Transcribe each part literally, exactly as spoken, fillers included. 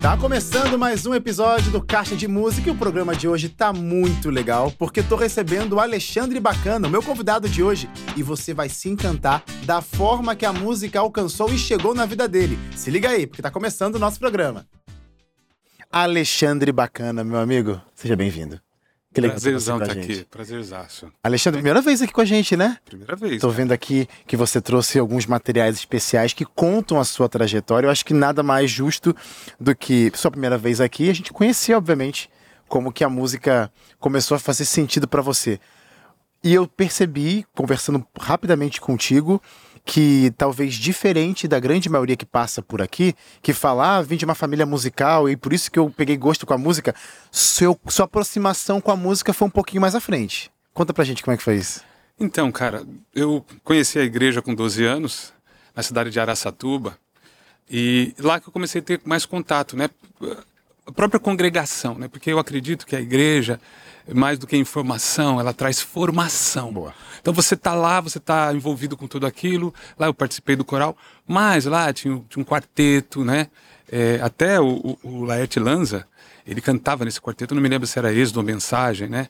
Tá começando mais um episódio do Caixa de Música e o programa de hoje tá muito legal, porque tô recebendo o Alexandre Bacana, o meu convidado de hoje, e você vai se encantar da forma que a música alcançou e chegou na vida dele. Se liga aí, porque tá começando o nosso programa. Alexandre Bacana, meu amigo, seja bem-vindo. Que prazerzão estar aqui, prazerzaço. Alexandre, primeira vez aqui com a gente, né? Primeira vez. Tô cara. vendo aqui que você trouxe alguns materiais especiais que contam a sua trajetória. Eu acho que nada mais justo do que sua primeira vez aqui, a gente conhecer, obviamente, como que a música começou a fazer sentido pra você. E eu percebi, conversando rapidamente contigo, que talvez diferente da grande maioria que passa por aqui, que fala, ah, vim de uma família musical e por isso que eu peguei gosto com a música, seu, sua aproximação com a música foi um pouquinho mais à frente. Conta pra gente como é que foi isso. Então, cara, eu conheci a igreja com doze anos, na cidade de Araçatuba, e lá que eu comecei a ter mais contato, né? A própria congregação, né? Porque eu acredito que a igreja, mais do que informação, ela traz formação. Boa. Então você tá lá, você tá envolvido com tudo aquilo. Lá eu participei do coral, mas lá tinha, tinha um quarteto, né? É, até o, o, o Laerte Lanza, ele cantava nesse quarteto, não me lembro se era Êxodo ou Mensagem, né?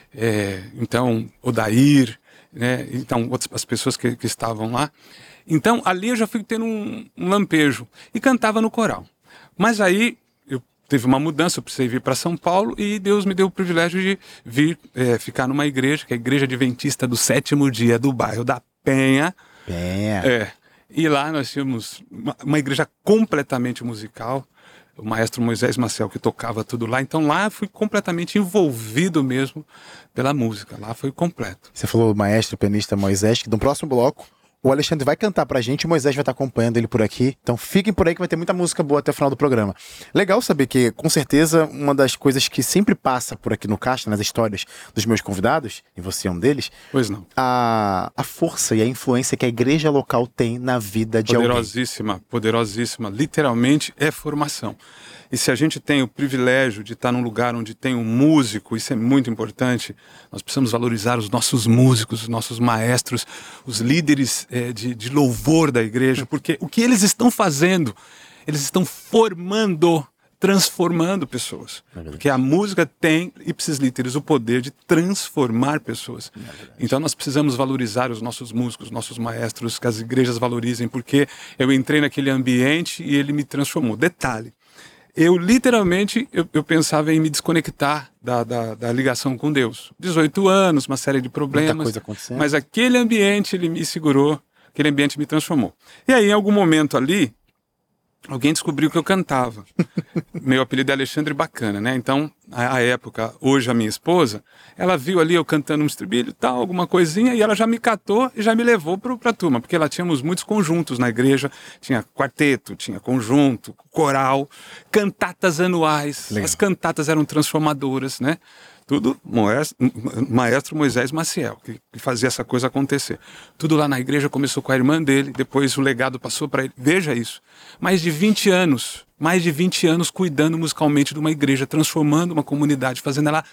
É, então, Odair, né? Então, outras, as pessoas que, que estavam lá. Então, ali eu já fui tendo um, um lampejo e cantava no coral. Mas aí teve uma mudança, eu precisei vir para São Paulo e Deus me deu o privilégio de vir é, ficar numa igreja, que é a Igreja Adventista do Sétimo Dia do bairro da Penha. Penha. É, e lá nós tínhamos uma, uma igreja completamente musical, o maestro Moisés Maciel que tocava tudo lá. Então lá eu fui completamente envolvido mesmo pela música, lá foi completo. Você falou o maestro pianista Moisés, que no próximo bloco o Alexandre vai cantar pra gente, o Moisés vai estar acompanhando ele por aqui. Então fiquem por aí que vai ter muita música boa até o final do programa. Legal saber que, com certeza, uma das coisas que sempre passa por aqui no Caixa, nas histórias dos meus convidados, e você é um deles, pois não. A, a força e a influência que a igreja local tem na vida de alguém. Poderosíssima, poderosíssima. Literalmente é formação. E se a gente tem o privilégio de estar num lugar onde tem um músico, isso é muito importante, nós precisamos valorizar os nossos músicos, os nossos maestros, os líderes é, de, de louvor da igreja, porque o que eles estão fazendo, eles estão formando, transformando pessoas. É porque a música tem, ipsis literis, o poder de transformar pessoas. É então nós precisamos valorizar os nossos músicos, os nossos maestros, que as igrejas valorizem, porque eu entrei naquele ambiente e ele me transformou. Detalhe. Eu, literalmente, eu, eu pensava em me desconectar da, da, da ligação com Deus. dezoito anos, uma série de problemas. Muita coisa acontecendo. Mas aquele ambiente, ele me segurou, aquele ambiente me transformou. E aí, em algum momento ali, alguém descobriu que eu cantava. Meu apelido é Alexandre Bacana, né? Então, a, a época, hoje a minha esposa, ela viu ali eu cantando um estribilho, tal, alguma coisinha, e ela já me catou e já me levou pro, pra turma, porque lá tínhamos muitos conjuntos na igreja, tinha quarteto, tinha conjunto, coral, cantatas anuais. Legal. As cantatas eram transformadoras, né? Tudo maestro, maestro Moisés Maciel, que, que fazia essa coisa acontecer. Tudo lá na igreja começou com a irmã dele, depois o legado passou para ele. Veja isso, mais de vinte anos, mais de vinte anos cuidando musicalmente de uma igreja, transformando uma comunidade, fazendo ela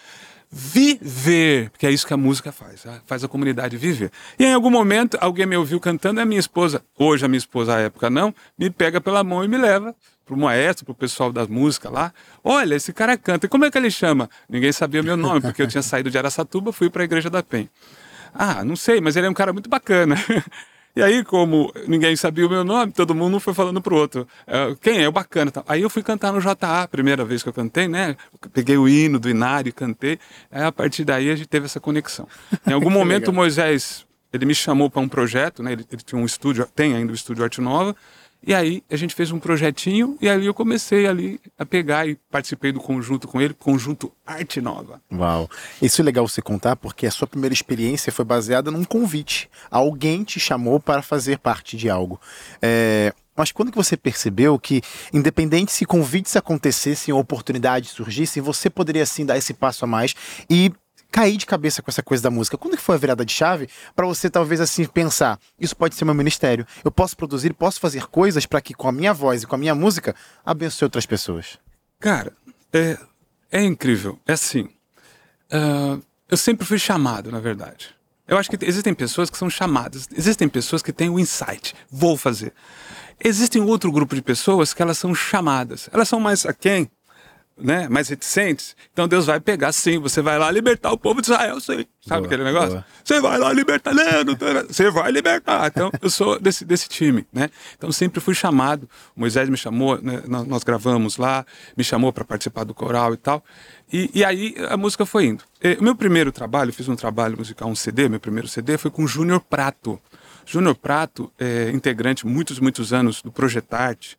viver, porque é isso que a música faz, faz a comunidade viver. E em algum momento, alguém me ouviu cantando, e a minha esposa, hoje a minha esposa, à época não, me pega pela mão e me leva pro maestro, pro pessoal da música lá. Olha, esse cara canta. E como é que ele chama? Ninguém sabia o meu nome, porque eu tinha saído de Araçatuba, fui para a Igreja da Penha. Ah, não sei, mas ele é um cara muito bacana. E aí, como ninguém sabia o meu nome, todo mundo foi falando pro outro. Uh, quem é? O Bacana. Aí eu fui cantar no J A, primeira vez que eu cantei, né? Peguei o hino do Inário e cantei. Aí, a partir daí, a gente teve essa conexão. Em algum momento, o Moisés, ele me chamou para um projeto, né? Ele, ele tinha um estúdio, tem ainda o estúdio Arte Nova. E aí a gente fez um projetinho e ali eu comecei ali a pegar e participei do conjunto com ele, conjunto Arte Nova. Uau! Isso é legal você contar porque a sua primeira experiência foi baseada num convite. Alguém te chamou para fazer parte de algo. É... Mas quando que você percebeu que, independente se convites acontecessem ou oportunidades surgissem, você poderia sim dar esse passo a mais e cair de cabeça com essa coisa da música? Quando que foi a virada de chave para você talvez assim pensar, isso pode ser meu ministério, eu posso produzir, posso fazer coisas para que com a minha voz e com a minha música abençoe outras pessoas? Cara, é, é incrível, é assim, uh, eu sempre fui chamado, na verdade. Eu acho que existem pessoas que são chamadas, existem pessoas que têm o insight, vou fazer. Existem outro grupo de pessoas que elas são chamadas, elas são mais aquém, né, mais reticentes. Então Deus vai pegar, sim, você vai lá libertar o povo de Israel, sim. Sabe boa, aquele negócio? Boa. Você vai lá libertar, não, não, você vai libertar. Então eu sou desse, desse time, né? Então sempre fui chamado. O Moisés me chamou, né, nós gravamos lá, me chamou para participar do coral e tal. E, e aí a música foi indo. O meu primeiro trabalho, fiz um trabalho musical, um C D, meu primeiro C D foi com o Júnior Prato. Júnior Prato é integrante muitos, muitos anos do Projetarte.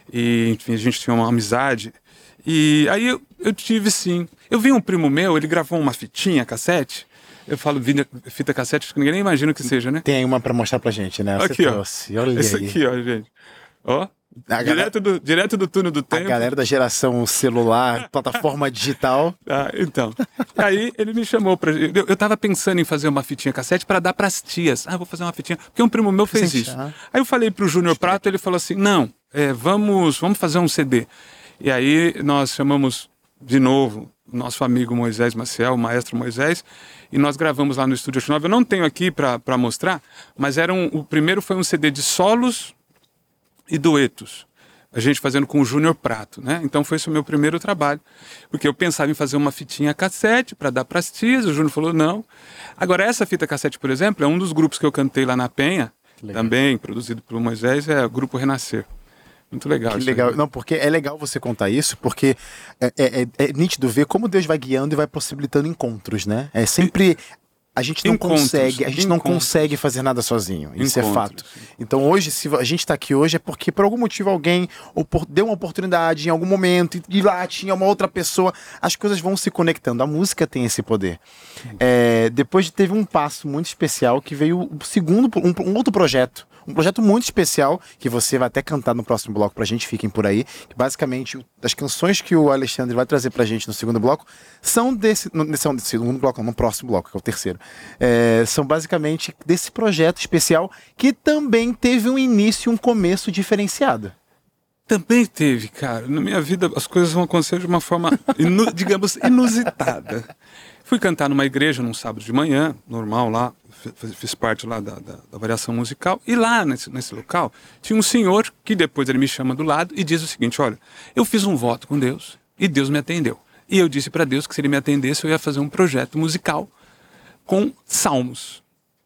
E enfim, a gente tinha uma amizade. E aí eu, eu tive sim. Eu vi um primo meu, ele gravou uma fitinha, cassete. Eu falo fita cassete, acho que ninguém nem imagina o que seja, né? Tem uma pra mostrar pra gente, né? Você aqui, trouxe. ó. Olha esse aí. aqui, ó, gente. Ó. A direto, galera, do, direto do túnel do tempo. A galera da geração celular, plataforma digital. Ah, então. Aí ele me chamou pra. Eu, eu tava pensando em fazer uma fitinha cassete pra dar pras tias. Ah, vou fazer uma fitinha. Porque um primo meu fez isso. Ah. Aí eu falei pro Júnior Prato, ele falou assim: não, é, vamos, vamos fazer um C D. E aí nós chamamos de novo o nosso amigo Moisés Maciel, o maestro Moisés, e nós gravamos lá no Estúdio oitenta e nove. Eu não tenho aqui para mostrar, mas era um, o primeiro foi um C D de solos e duetos. A gente fazendo com o Júnior Prato, né? Então foi esse o meu primeiro trabalho. Porque eu pensava em fazer uma fitinha cassete para dar para as tias, o Júnior falou não. Agora essa fita cassete, por exemplo, é um dos grupos que eu cantei lá na Penha, também produzido pelo Moisés, é o Grupo Renascer. Muito legal. Que legal. Aí. Não, porque é legal você contar isso, porque é, é, é nítido ver como Deus vai guiando e vai possibilitando encontros, né? É sempre... A gente não encontros, consegue, a gente encontros. não consegue fazer nada sozinho. Isso encontros. é fato. Então hoje, se a gente está aqui hoje, é porque por algum motivo alguém deu uma oportunidade em algum momento e lá tinha uma outra pessoa. As coisas vão se conectando. A música tem esse poder. É, depois teve um passo muito especial que veio o segundo, um, um outro projeto. Um projeto muito especial, que você vai até cantar no próximo bloco pra gente, fiquem por aí. Que basicamente, as canções que o Alexandre vai trazer pra gente no segundo bloco são desse, não, são desse segundo bloco, não, no próximo bloco, que é o terceiro. É, são basicamente desse projeto especial que também teve um início, um começo diferenciado. Também teve, cara. Na minha vida as coisas vão acontecer de uma forma, inu, digamos, inusitada. Fui cantar numa igreja num sábado de manhã, normal lá, fiz parte lá da, da, da variação musical, e lá nesse, nesse local tinha um senhor que depois ele me chama do lado e diz o seguinte: olha, eu fiz um voto com Deus e Deus me atendeu. E eu disse para Deus que se ele me atendesse eu ia fazer um projeto musical com salmos.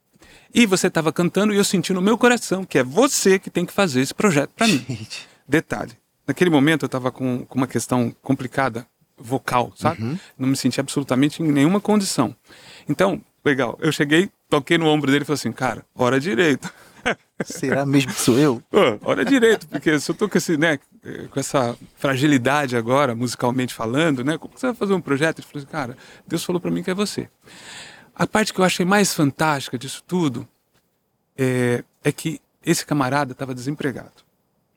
E você estava cantando e eu senti no meu coração que é você que tem que fazer esse projeto para mim. Detalhe, naquele momento eu estava com, com uma questão complicada vocal, sabe? Uhum. Não me senti absolutamente em nenhuma condição. Então, legal, eu cheguei, toquei no ombro dele e falei assim: cara, ora direito. Será mesmo que sou eu? Pô, ora direito, porque se eu tô com, esse, né, com essa fragilidade agora, musicalmente falando, né, como você vai fazer um projeto? Ele falou assim: cara, Deus falou para mim que é você. A parte que eu achei mais fantástica disso tudo é, é que esse camarada estava desempregado.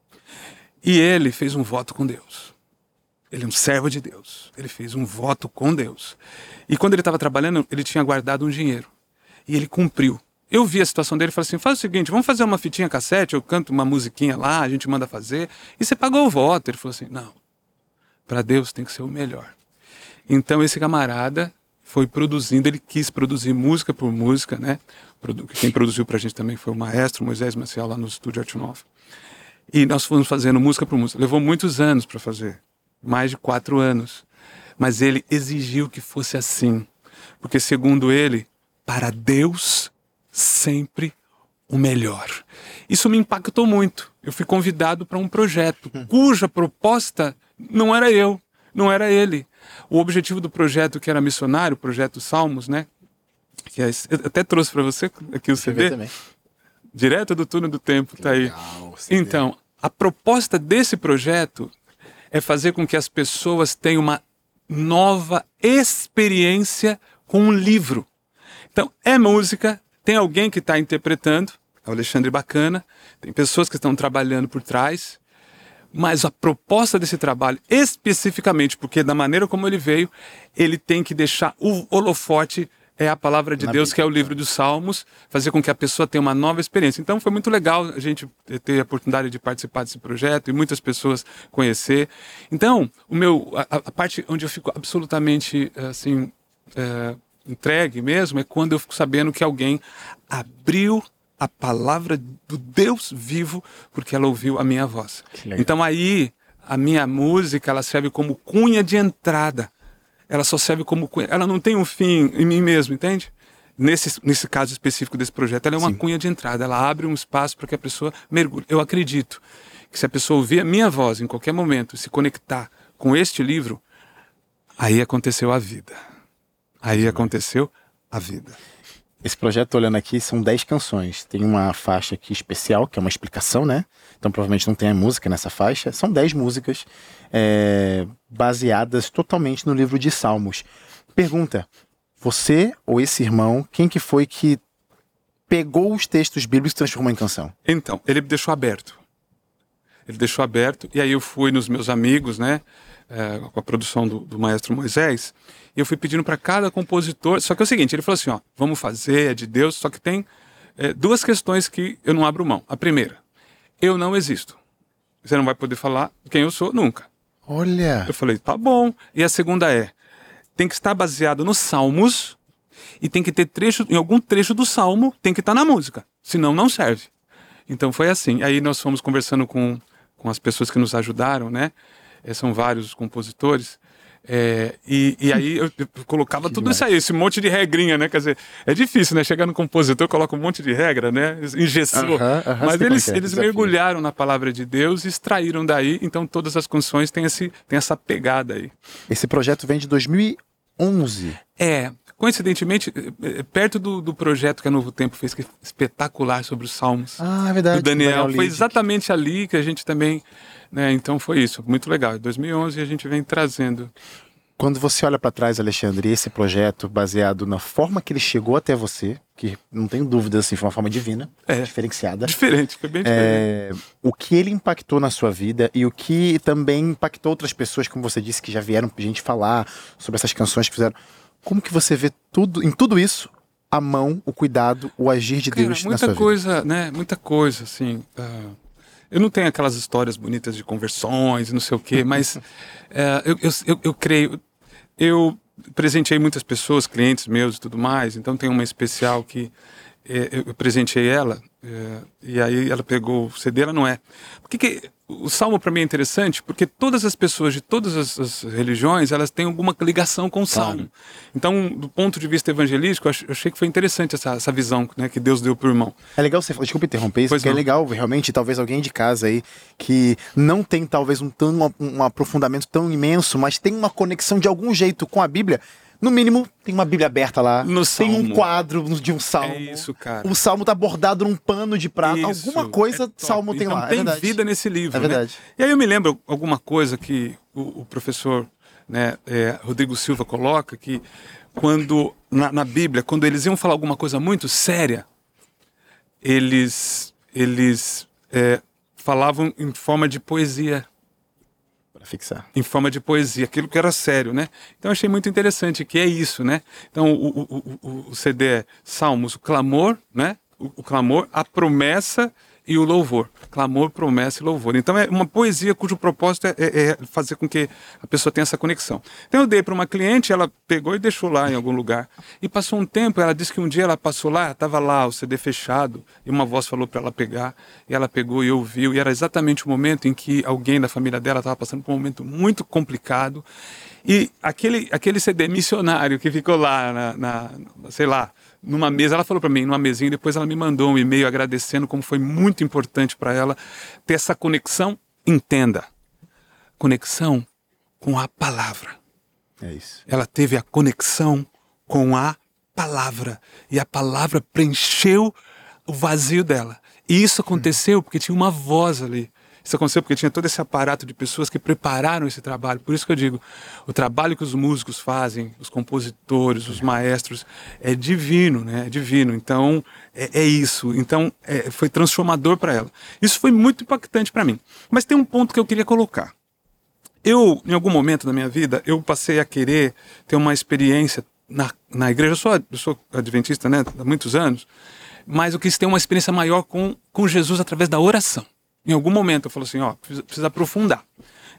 E ele fez um voto com Deus. Ele é um servo de Deus. Ele fez um voto com Deus. E quando ele estava trabalhando, ele tinha guardado um dinheiro. E ele cumpriu. Eu vi a situação dele e falei assim: faz o seguinte, vamos fazer uma fitinha cassete, eu canto uma musiquinha lá, a gente manda fazer. E você pagou o voto. Ele falou assim: não, para Deus tem que ser o melhor. Então esse camarada foi produzindo, ele quis produzir música por música, né? Quem produziu pra gente também foi o maestro Moisés Maciel lá no Estúdio oitenta e nove. E nós fomos fazendo música por música. Levou muitos anos para fazer. Mais de quatro anos. Mas ele exigiu que fosse assim. Porque, segundo ele, para Deus, sempre o melhor. Isso me impactou muito. Eu fui convidado para um projeto cuja proposta não era eu, não era ele. O objetivo do projeto, que era missionário, o projeto Salmos, né? Que é, eu até trouxe para você aqui o C D. Também. Direto do túnel do tempo, que tá aí. Legal, então, a proposta desse projeto é fazer com que as pessoas tenham uma nova experiência com um livro. Então, é música, tem alguém que está interpretando, é o Alexandre Bacana, tem pessoas que estão trabalhando por trás, mas a proposta desse trabalho, especificamente, porque da maneira como ele veio, ele tem que deixar o holofote, é a palavra de Na Deus, Bíblia, que é o livro dos Salmos, fazer com que a pessoa tenha uma nova experiência. Então foi muito legal a gente ter a oportunidade de participar desse projeto e muitas pessoas conhecer. Então, o meu, a, a parte onde eu fico absolutamente assim, é, entregue mesmo é quando eu fico sabendo que alguém abriu a palavra do Deus vivo porque ela ouviu a minha voz. Então aí a minha música ela serve como cunha de entrada. Ela só serve como cunha. Ela não tem um fim em mim mesmo, entende? Nesse, nesse caso específico desse projeto, ela é uma Sim. cunha de entrada. Ela abre um espaço para que a pessoa mergulhe. Eu acredito que se a pessoa ouvir a minha voz em qualquer momento, se conectar com este livro, aí aconteceu a vida. Aí aconteceu a vida. Esse projeto, olhando aqui, são dez canções. Tem uma faixa aqui especial, que é uma explicação, né? Então provavelmente não tem a música nessa faixa. São dez músicas é, baseadas totalmente no livro de Salmos. Pergunta, você ou esse irmão, quem que foi que pegou os textos bíblicos e transformou em canção? Então, ele me deixou aberto. Ele deixou aberto, e aí eu fui nos meus amigos, né? É, com a produção do, do maestro Moisés, e eu fui pedindo para cada compositor, só que é o seguinte, ele falou assim, ó, vamos fazer, é de Deus, só que tem é, duas questões que eu não abro mão. A primeira, eu não existo. Você não vai poder falar quem eu sou nunca. Olha! Eu falei, tá bom. E a segunda é, tem que estar baseado nos Salmos e tem que ter trecho, em algum trecho do Salmo, tem que estar na música, senão não serve. Então foi assim. Aí nós fomos conversando com, com as pessoas que nos ajudaram, né? É, são vários os compositores. É, e, e aí eu, eu colocava que tudo demais. Isso aí, esse monte de regrinha, né? Quer dizer, é difícil, né? Chegar no compositor, coloca um monte de regra, né? Engessou. Uh -huh, uh -huh, mas eles, eles mergulharam na palavra de Deus e extraíram daí, então todas as canções têm, esse, têm essa pegada aí. Esse projeto vem de dois mil e onze. É, coincidentemente, perto do, do projeto que a Novo Tempo fez, que é espetacular sobre os Salmos. Ah, é verdade. Do Daniel. Foi exatamente ali que a gente também... Né, então foi isso, muito legal. Em dois mil e onze a gente vem trazendo. Quando você olha para trás, Alexandre, esse projeto baseado na forma que ele chegou até você, que não tenho dúvidas, assim, foi uma forma divina, é, diferenciada. Diferente, foi bem diferente. É, o que ele impactou na sua vida e o que também impactou outras pessoas, como você disse, que já vieram a gente falar sobre essas canções que fizeram. Como que você vê tudo, em tudo isso, a mão, o cuidado, o agir de Cara, Deus na muita sua coisa, vida? né? Muita coisa, assim. Uh... Eu não tenho aquelas histórias bonitas de conversões e não sei o quê, mas uh, eu, eu, eu, eu creio... Eu presenteei muitas pessoas, clientes meus e tudo mais, então tem uma especial que eh, eu presenteei ela, eh, e aí ela pegou o C D, ela não é. Por que que o Salmo para mim é interessante? Porque todas as pessoas de todas as, as religiões, elas têm alguma ligação com o Salmo. Claro. Então, do ponto de vista evangelístico, eu achei que foi interessante essa, essa visão, né, que Deus deu pro irmão. É legal você, desculpa interromper isso, pois porque não. É legal realmente, talvez alguém de casa aí, que não tem talvez um, tão, um, um aprofundamento tão imenso, mas tem uma conexão de algum jeito com a Bíblia. No mínimo, tem uma Bíblia aberta lá, no tem salmo. um quadro de um salmo. É isso, cara. O salmo tá bordado num pano de prata, isso, alguma coisa é salmo tem então, lá. Tem é vida nesse livro, é verdade. Né? E aí eu me lembro alguma coisa que o, o professor, né, é, Rodrigo Silva coloca, que quando, na, na Bíblia, quando eles iam falar alguma coisa muito séria, eles, eles é, falavam em forma de poesia. Fixar. Em forma de poesia, aquilo que era sério, né? Então eu achei muito interessante que é isso, né? Então o, o, o, o C D é Salmos, o clamor, né? O, o clamor, a promessa e o louvor. Clamor, promessa e louvor. Então é uma poesia cujo propósito é, é, é fazer com que a pessoa tenha essa conexão. Então eu dei para uma cliente, ela pegou e deixou lá em algum lugar. E passou um tempo, ela disse que um dia ela passou lá, estava lá o C D fechado, e uma voz falou para ela pegar, e ela pegou e ouviu, e era exatamente o momento em que alguém da família dela estava passando por um momento muito complicado, e aquele, aquele C D missionário que ficou lá, na, na sei lá, numa mesa, ela falou para mim, numa mesinha, depois ela me mandou um e-mail agradecendo como foi muito importante para ela ter essa conexão, entenda, conexão com a palavra. É isso. Ela teve a conexão com a palavra, e a palavra preencheu o vazio dela. E isso aconteceu porque tinha uma voz ali. Isso aconteceu porque tinha todo esse aparato de pessoas que prepararam esse trabalho. Por isso que eu digo, o trabalho que os músicos fazem, os compositores, os maestros, é divino, né? É divino. Então, é, é isso. Então, é, foi transformador para ela. Isso foi muito impactante para mim. Mas tem um ponto que eu queria colocar. Eu, em algum momento da minha vida, eu passei a querer ter uma experiência na, na igreja. Eu sou, eu sou adventista, né? Há muitos anos. Mas eu quis ter uma experiência maior com, com Jesus através da oração. Em algum momento eu falo assim, ó, precisa, precisa aprofundar.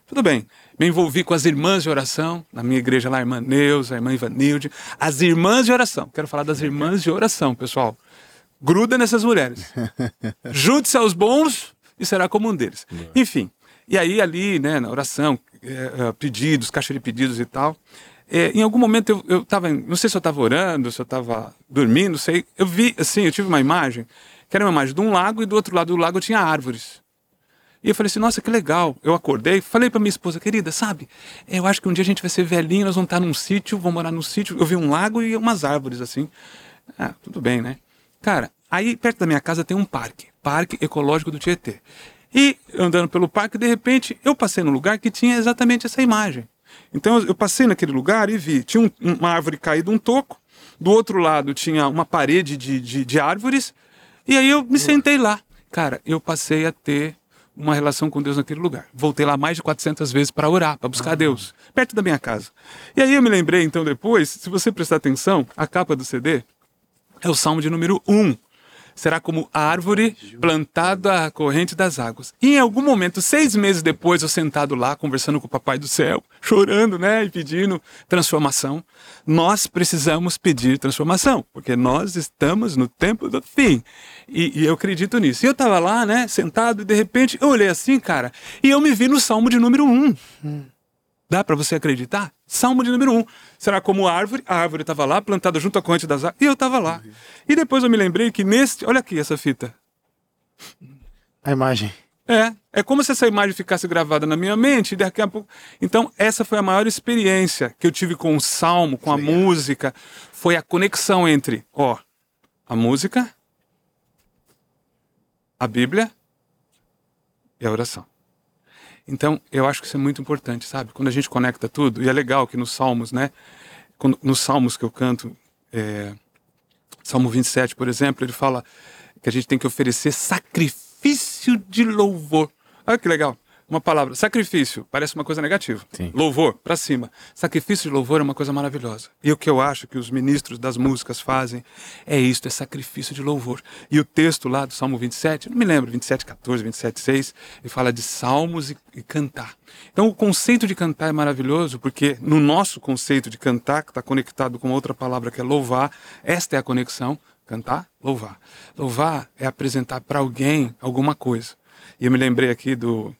Tudo bem. Me envolvi com as irmãs de oração, na minha igreja lá, a irmã Neuza, a irmã Ivanilde. As irmãs de oração. Quero falar das irmãs de oração, pessoal. Gruda nessas mulheres. Junte-se aos bons e será como um deles. Enfim. E aí, ali, né, na oração, é, pedidos, caixa de pedidos e tal. É, em algum momento eu, eu tava, não sei se eu estava orando, se eu estava dormindo, não sei. Eu vi, assim, eu tive uma imagem, que era uma imagem de um lago e do outro lado do lago tinha árvores. E eu falei assim, nossa, que legal. Eu acordei, falei pra minha esposa, querida, sabe, eu acho que um dia a gente vai ser velhinho, nós vamos estar num sítio, vamos morar num sítio. Eu vi um lago e umas árvores, assim. Ah, tudo bem, né? Cara, aí perto da minha casa tem um parque, Parque Ecológico do Tietê. E andando pelo parque, de repente, eu passei num lugar que tinha exatamente essa imagem. Então eu passei naquele lugar e vi, tinha um, uma árvore caída, um toco, do outro lado tinha uma parede de, de, de árvores, e aí eu me sentei lá. Cara, eu passei a ter uma relação com Deus naquele lugar. Voltei lá mais de quatrocentas vezes para orar, para buscar Deus, perto da minha casa. E aí eu me lembrei, então, depois, se você prestar atenção, a capa do C D é o Salmo de número um. Será como a árvore plantada à corrente das águas. E em algum momento, seis meses depois, eu sentado lá, conversando com o Papai do Céu, chorando, né, e pedindo transformação. Nós precisamos pedir transformação, porque nós estamos no tempo do fim. E, e eu acredito nisso. E eu estava lá, né, sentado, e de repente, eu olhei assim, cara, e eu me vi no Salmo de número um. Hum. Dá para você acreditar? Salmo de número um. Será como árvore, a árvore estava lá, plantada junto à corrente das águas, e eu estava lá. E depois eu me lembrei que neste... Olha aqui essa fita. A imagem. É, é como se essa imagem ficasse gravada na minha mente, e daqui a pouco... Então, essa foi a maior experiência que eu tive com o Salmo, com a Sim. música. Foi a conexão entre, ó, a música, a Bíblia e a oração. Então, eu acho que isso é muito importante, sabe? Quando a gente conecta tudo, e é legal que nos Salmos, né? Quando, nos Salmos que eu canto, é, Salmo vinte e sete, por exemplo, ele fala que a gente tem que oferecer sacrifício de louvor. Olha que legal. Uma palavra, sacrifício, parece uma coisa negativa. Sim. Louvor, pra cima. Sacrifício de louvor é uma coisa maravilhosa. E o que eu acho que os ministros das músicas fazem é isto, é sacrifício de louvor. E o texto lá do Salmo vinte e sete, não me lembro, vinte e sete, quatorze, vinte e sete, seis, ele fala de salmos e, e cantar. Então o conceito de cantar é maravilhoso, porque no nosso conceito de cantar, que está conectado com outra palavra que é louvar, esta é a conexão, cantar, louvar. Louvar é apresentar para alguém alguma coisa. E eu me lembrei aqui do...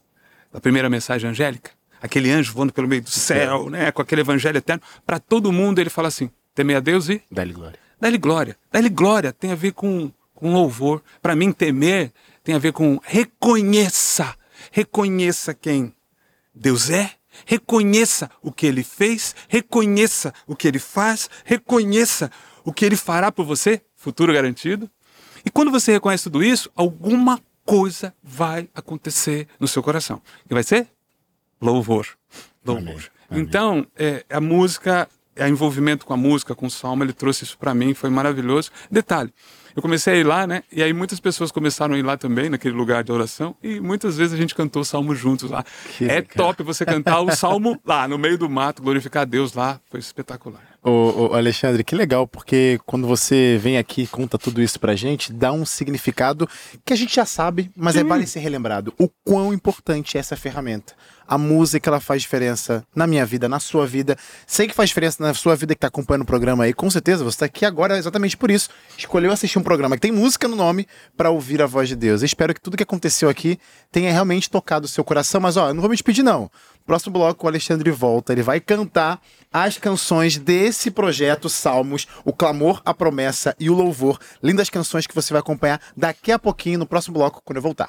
da primeira mensagem angélica, aquele anjo voando pelo meio do céu, né, com aquele evangelho eterno, para todo mundo ele fala assim, temer a Deus e... Dá-lhe glória. Dá-lhe glória. Dá-lhe glória tem a ver com, com louvor. Para mim, temer tem a ver com reconheça. Reconheça quem Deus é, reconheça o que Ele fez, reconheça o que Ele faz, reconheça o que Ele fará por você, futuro garantido. E quando você reconhece tudo isso, alguma coisa vai acontecer no seu coração. Que vai ser? Louvor. Louvor. Amém. Amém. Então, é, a música, o envolvimento com a música, com o salmo, ele trouxe isso para mim, foi maravilhoso. Detalhe, eu comecei a ir lá, né? E aí muitas pessoas começaram a ir lá também, naquele lugar de oração, e muitas vezes a gente cantou o salmo juntos lá. Que é legal. Top você cantar o salmo lá, no meio do mato, glorificar a Deus lá, foi espetacular. Ô, ô, Alexandre, que legal, porque quando você vem aqui e conta tudo isso pra gente, dá um significado que a gente já sabe, mas Sim. é vale ser relembrado. O quão importante é essa ferramenta. A música, ela faz diferença na minha vida, na sua vida. Sei que faz diferença na sua vida que tá acompanhando o programa aí. Com certeza, você tá aqui agora exatamente por isso. Escolheu assistir um programa que tem música no nome pra ouvir a voz de Deus. Eu espero que tudo que aconteceu aqui tenha realmente tocado o seu coração. Mas, ó, eu não vou me despedir, não. Próximo bloco, o Alexandre volta. Ele vai cantar as canções desse projeto Salmos, o clamor, a promessa e o louvor. Lindas canções que você vai acompanhar daqui a pouquinho no próximo bloco, quando eu voltar.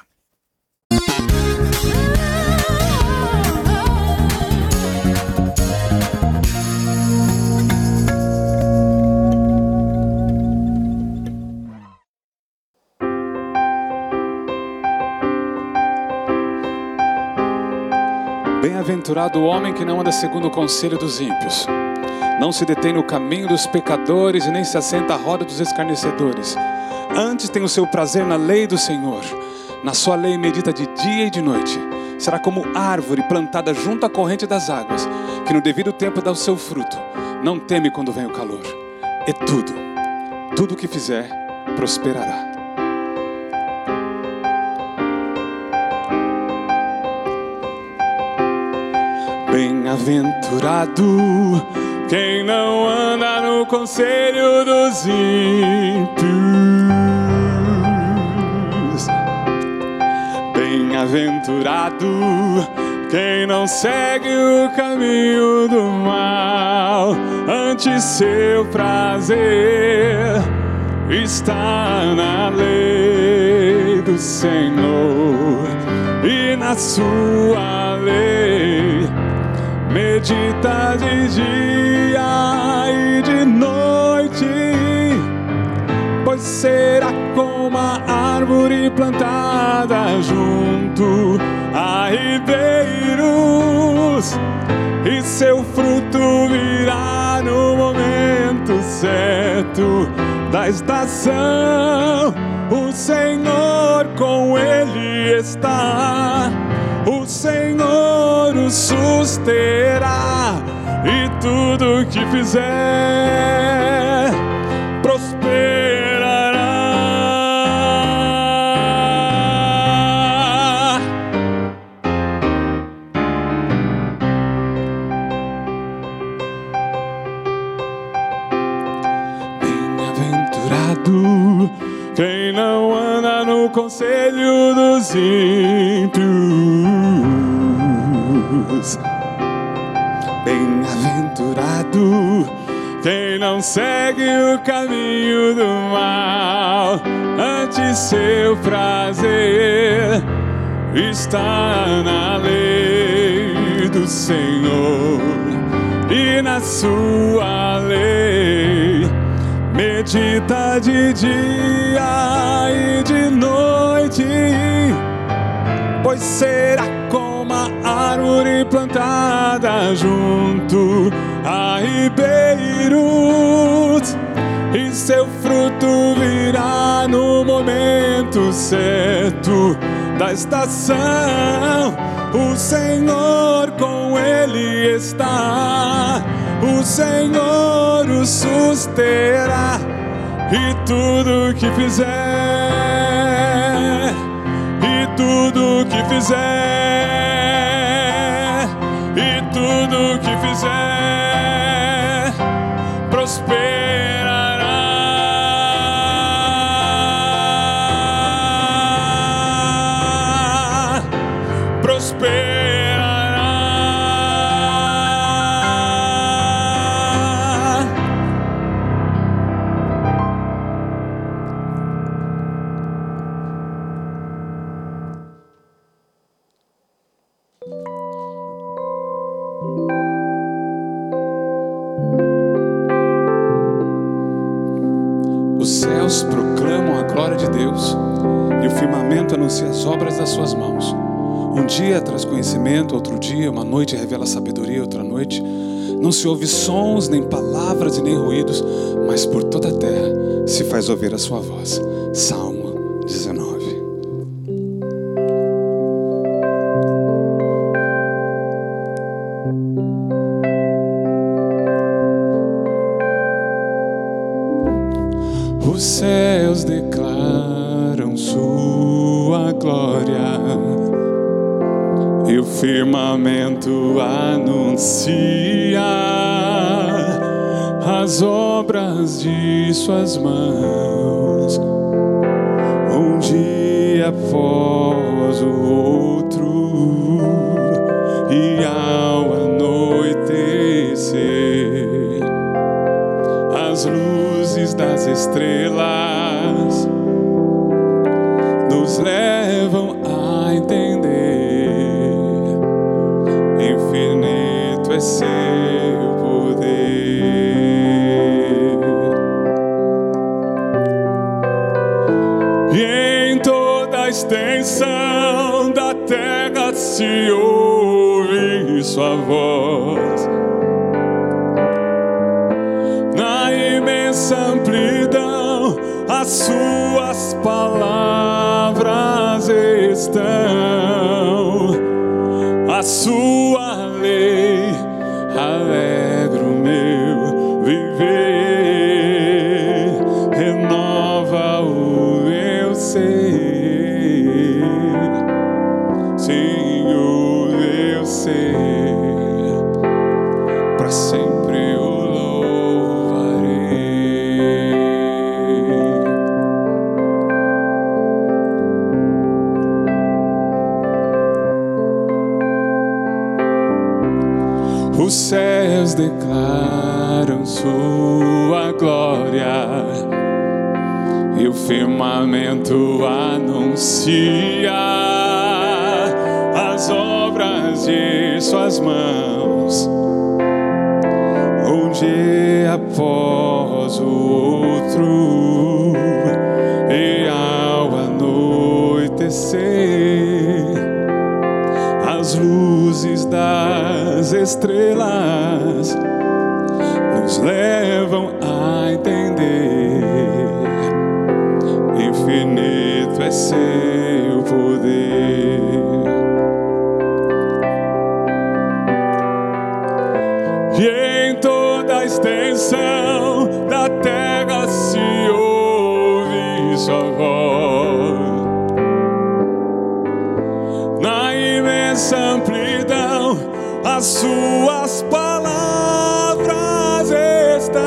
Bem-aventurado o homem que não anda segundo o conselho dos ímpios, não se detém no caminho dos pecadores e nem se assenta à roda dos escarnecedores. Antes tem o seu prazer na lei do Senhor, na sua lei medita de dia e de noite. Será como árvore plantada junto à corrente das águas, que no devido tempo dá o seu fruto, não teme quando vem o calor. E tudo, tudo o que fizer, prosperará. Bem-aventurado quem não anda no conselho dos ímpios. Bem-aventurado quem não segue o caminho do mal. Antes seu prazer está na lei do Senhor, e na sua lei medita de dia e de noite. Pois será como a árvore plantada junto a ribeiros, e seu fruto virá no momento certo da estação. O Senhor com ele está, o Senhor o susterá, e tudo que fizer prosperará. Bem-aventurado quem não anda no conselho dos ímpios. Bem-aventurado quem não segue o caminho do mal. Antes seu prazer está na lei do Senhor, e na sua lei medita de dia e de noite. Pois será como a árvore plantada junto a ribeiros, e seu fruto virá no momento certo da estação. O Senhor com ele está, o Senhor o susterá, e tudo que fizer, e tudo que fizer, e tudo que fizer prosperará, prosperará. Os céus proclamam a glória de Deus, e o firmamento anuncia as obras das suas mãos. Um dia traz conhecimento, outro dia, uma noite revela sabedoria, outra noite. Não se ouve sons, nem palavras e nem ruídos, mas por toda a terra se faz ouvir a sua voz. Salmo dezenove. Os céus declaram sua glória, e o firmamento anuncia as obras de suas mãos. Um dia após o outro, e ao anoitecer, as luzes das estrelas nos levam a entender: infinito é seu poder. E em toda a extensão da terra se ouve sua voz. Na imensa amplidão as suas palavras estão. A sua lei alegra o meu viver, renova o meu ser. Senhor, eu sei para sempre o louvarei. Os céus declaram sua glória e o firmamento anuncia as obras de suas mãos. Um dia após o outro, e ao anoitecer, as luzes das estrelas nos levam a entender: infinito é seu poder. E em toda a extensão da terra se ouve sua voz. Na imensa amplidão as suas palavras estão.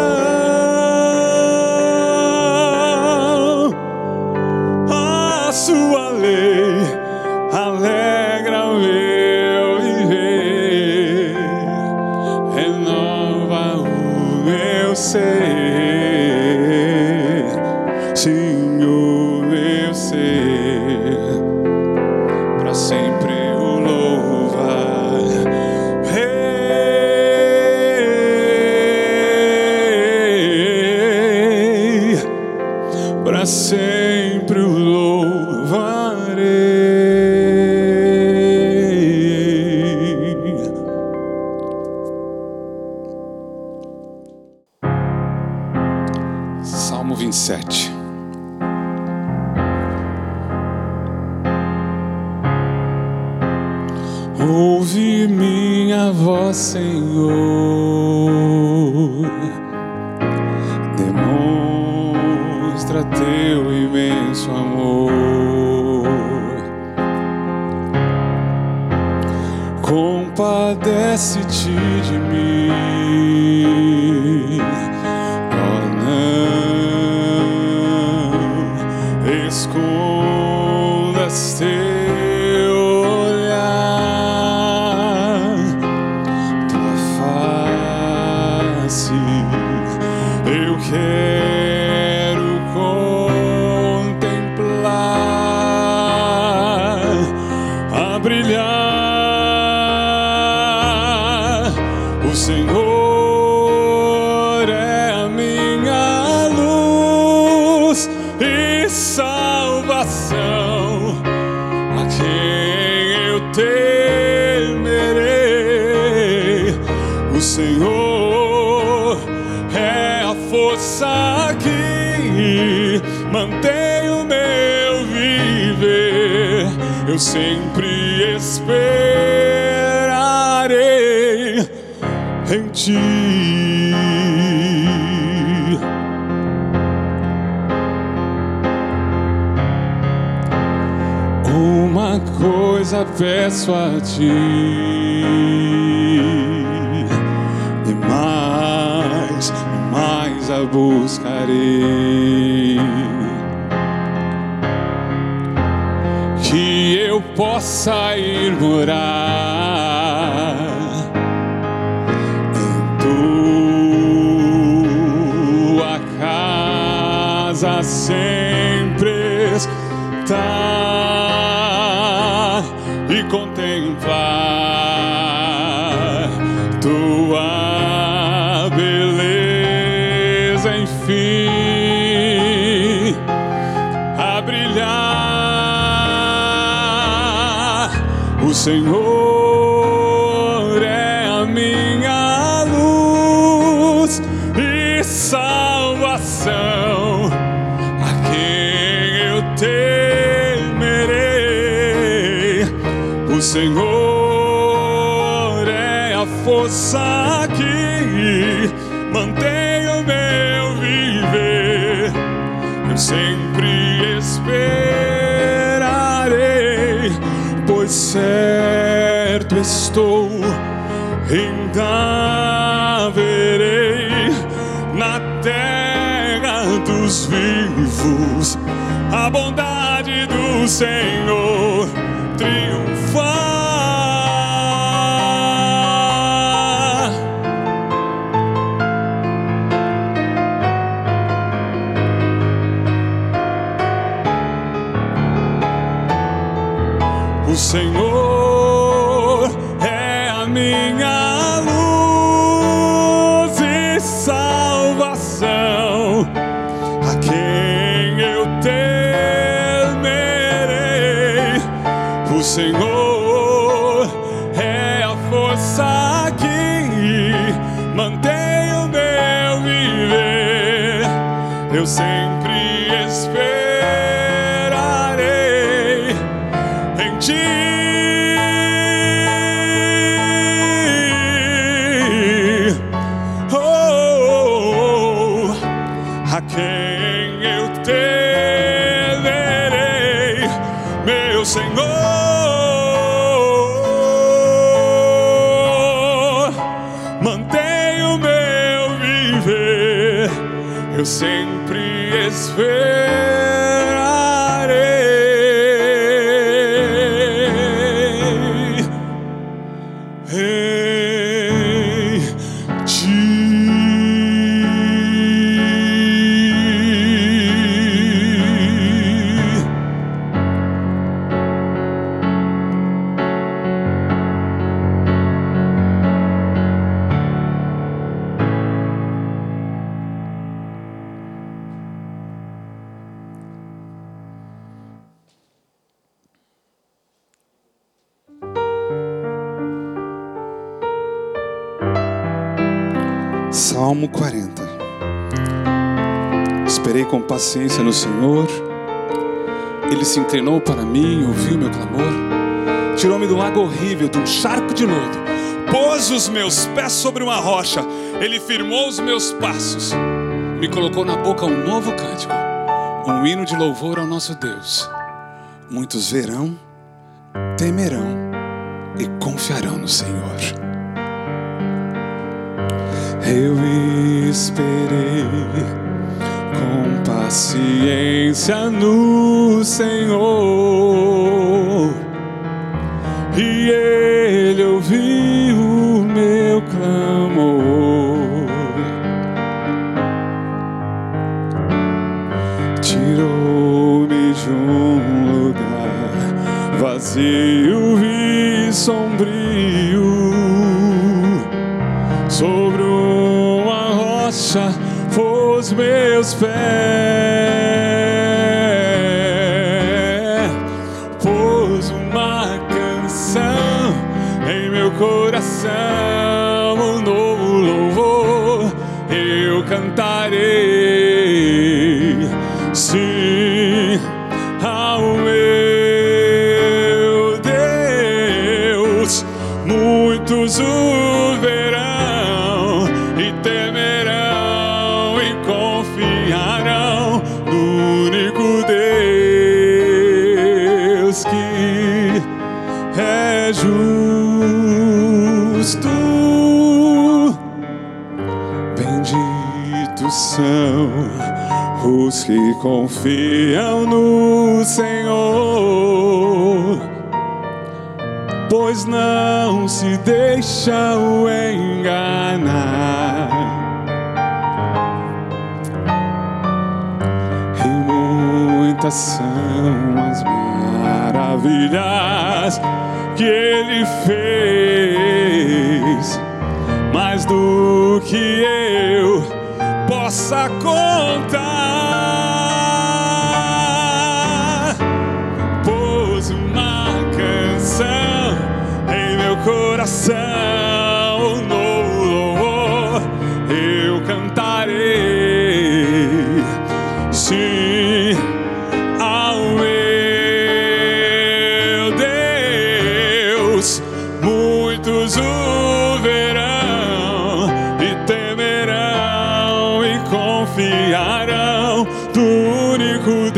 A sua lei alegra o meu viver, renova o meu ser, sim, o meu ser, para sempre o louvar. Hey, para sempre o louvarei. Salmo vinte e sete. Ouve minha voz, Senhor, demonstra teu imenso amor, compadece-te de mim, ó não escondas teu olhar, tua face eu quero contemplar, a brilhar. O Senhor é a minha luz e salvação, a quem eu temerei. O Senhor é a força que mantém o meu viver. Eu sempre esperarei em ti. Uma coisa peço a ti, e mais, e mais a buscarei, que eu possa ir morar em tua casa, sempre estar e contemplar tua beleza, enfim, a brilhar. O Senhor é a minha luz e salvação, a quem eu temerei. O Senhor é a força que mantém o meu viver. Eu sempre esperarei, pois certo estou em dar dos vivos, a bondade do Senhor triunfar. O Senhor é a minha luz e salvação, a quem eu temerei. O Senhor é a força que mantém o meu viver. Eu sempre esperarei em Ti. A quem eu temerei, meu Senhor, mantém o meu viver, eu sempre esperarei em Ti. Salmo quarenta. Esperei com paciência no Senhor, Ele se inclinou para mim, ouviu meu clamor, tirou-me do lago horrível, de um charco de lodo, pôs os meus pés sobre uma rocha, Ele firmou os meus passos, me colocou na boca um novo cântico, um hino de louvor ao nosso Deus. Muitos verão, temerão e confiarão no Senhor. Eu esperei com paciência no Senhor, e Ele ouviu o meu clamor, tirou-me de um lugar vazio e sombrio, sobre uma rocha pôs meus pés, pôs uma canção em meu coração, um novo louvor eu cantarei, sim, ao meu Deus. Muitos o verão e temerão e confiarão no único Deus que é justo. Benditos são os que confiam no Senhor, pois não se deixam enganar. E muitas são as maravilhas que Ele fez, mais do que eu possa contar. Pôs uma canção em meu coração, um novo louvor eu cantarei, sim, ao meu Deus. Muitos o verão e temerão e confiarão no único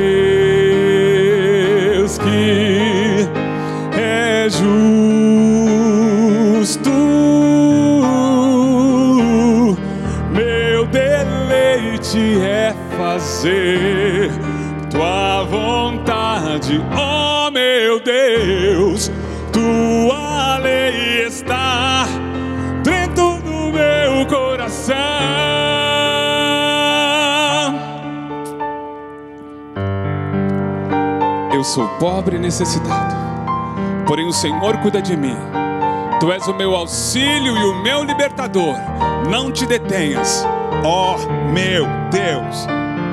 Deus que é justo. Meu deleite é fazer tua vontade, ó meu Deus. Tua lei está dentro do meu coração. Eu sou pobre e necessitado, porém o Senhor cuida de mim. Tu és o meu auxílio e o meu libertador. Não te detenhas, ó meu Deus.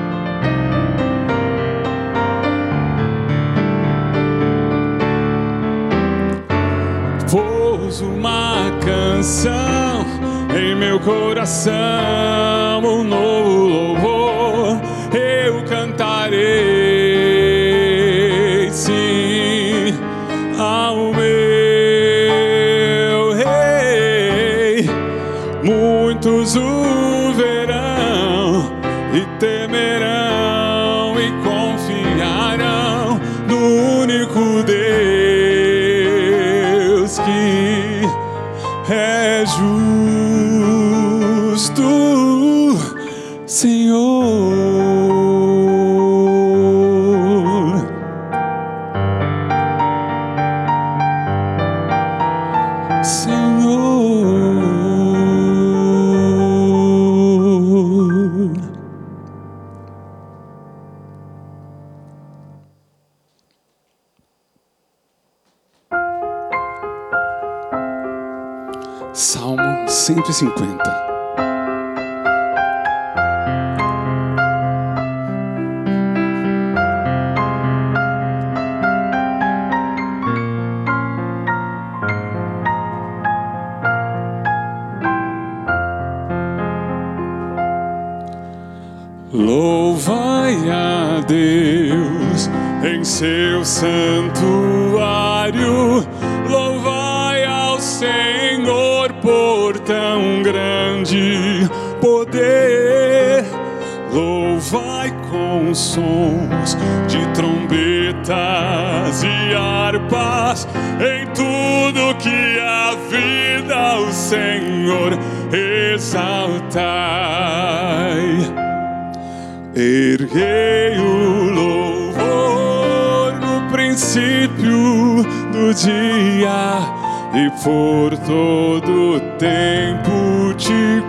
Pôs uma canção em meu coração, um novo louvor eu cantarei, sim, ao meu Rei. Muitos o verão e temerão e confiarão no único Deus que é justo, Senhor. Salmo cento e cinquenta. Louvai a Deus em seu santuário, louvai ao Senhor por tão grande poder. Louvai com sons de trombetas e harpas, em tudo que a vida o Senhor exaltai. Erguei o louvor no princípio do dia, e por todo tempo te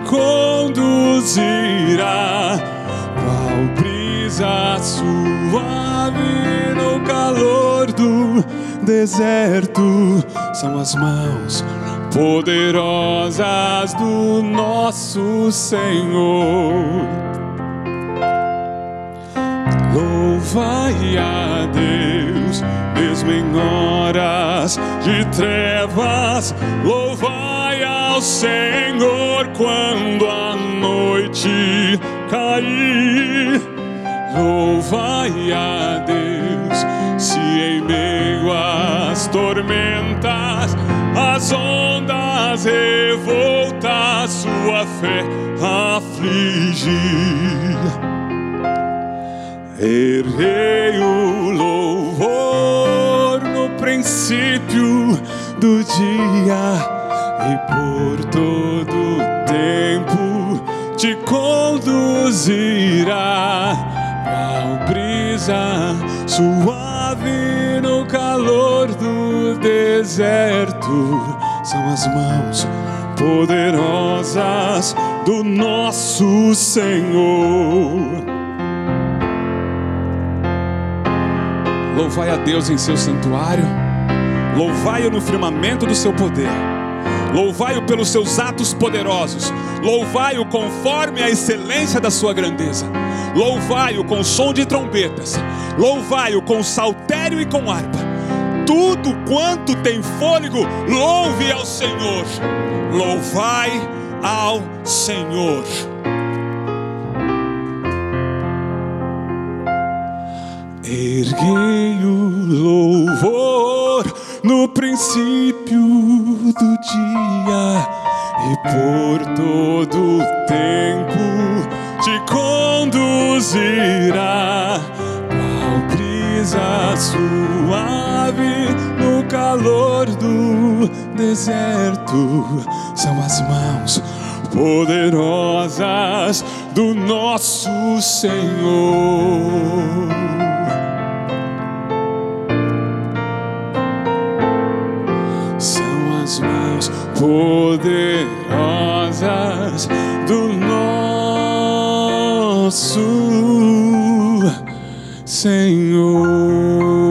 conduzirá. Qual brisa suave no calor do deserto, são as mãos poderosas do nosso Senhor. Louvai a Deus, mesmo em horas de trevas, louvai ao Senhor quando a noite cair. Louvai a Deus, se em meio às tormentas, as ondas revoltas, sua fé afligir. Erguei o louvor no princípio do dia, e por todo tempo te conduzirá. Qual brisa suave no calor do deserto, são as mãos poderosas do nosso Senhor. Louvai a Deus em seu santuário, louvai-o no firmamento do seu poder, louvai-o pelos seus atos poderosos, louvai-o conforme a excelência da sua grandeza, louvai-o com som de trombetas, louvai-o com saltério e com harpa. Tudo quanto tem fôlego, louve ao Senhor. Louvai ao Senhor. Erguei o louvor no princípio do dia, e por todo tempo te conduzirá. Qual brisa suave no calor do deserto, são as mãos poderosas do nosso Senhor. São as mãos poderosas do nosso Senhor.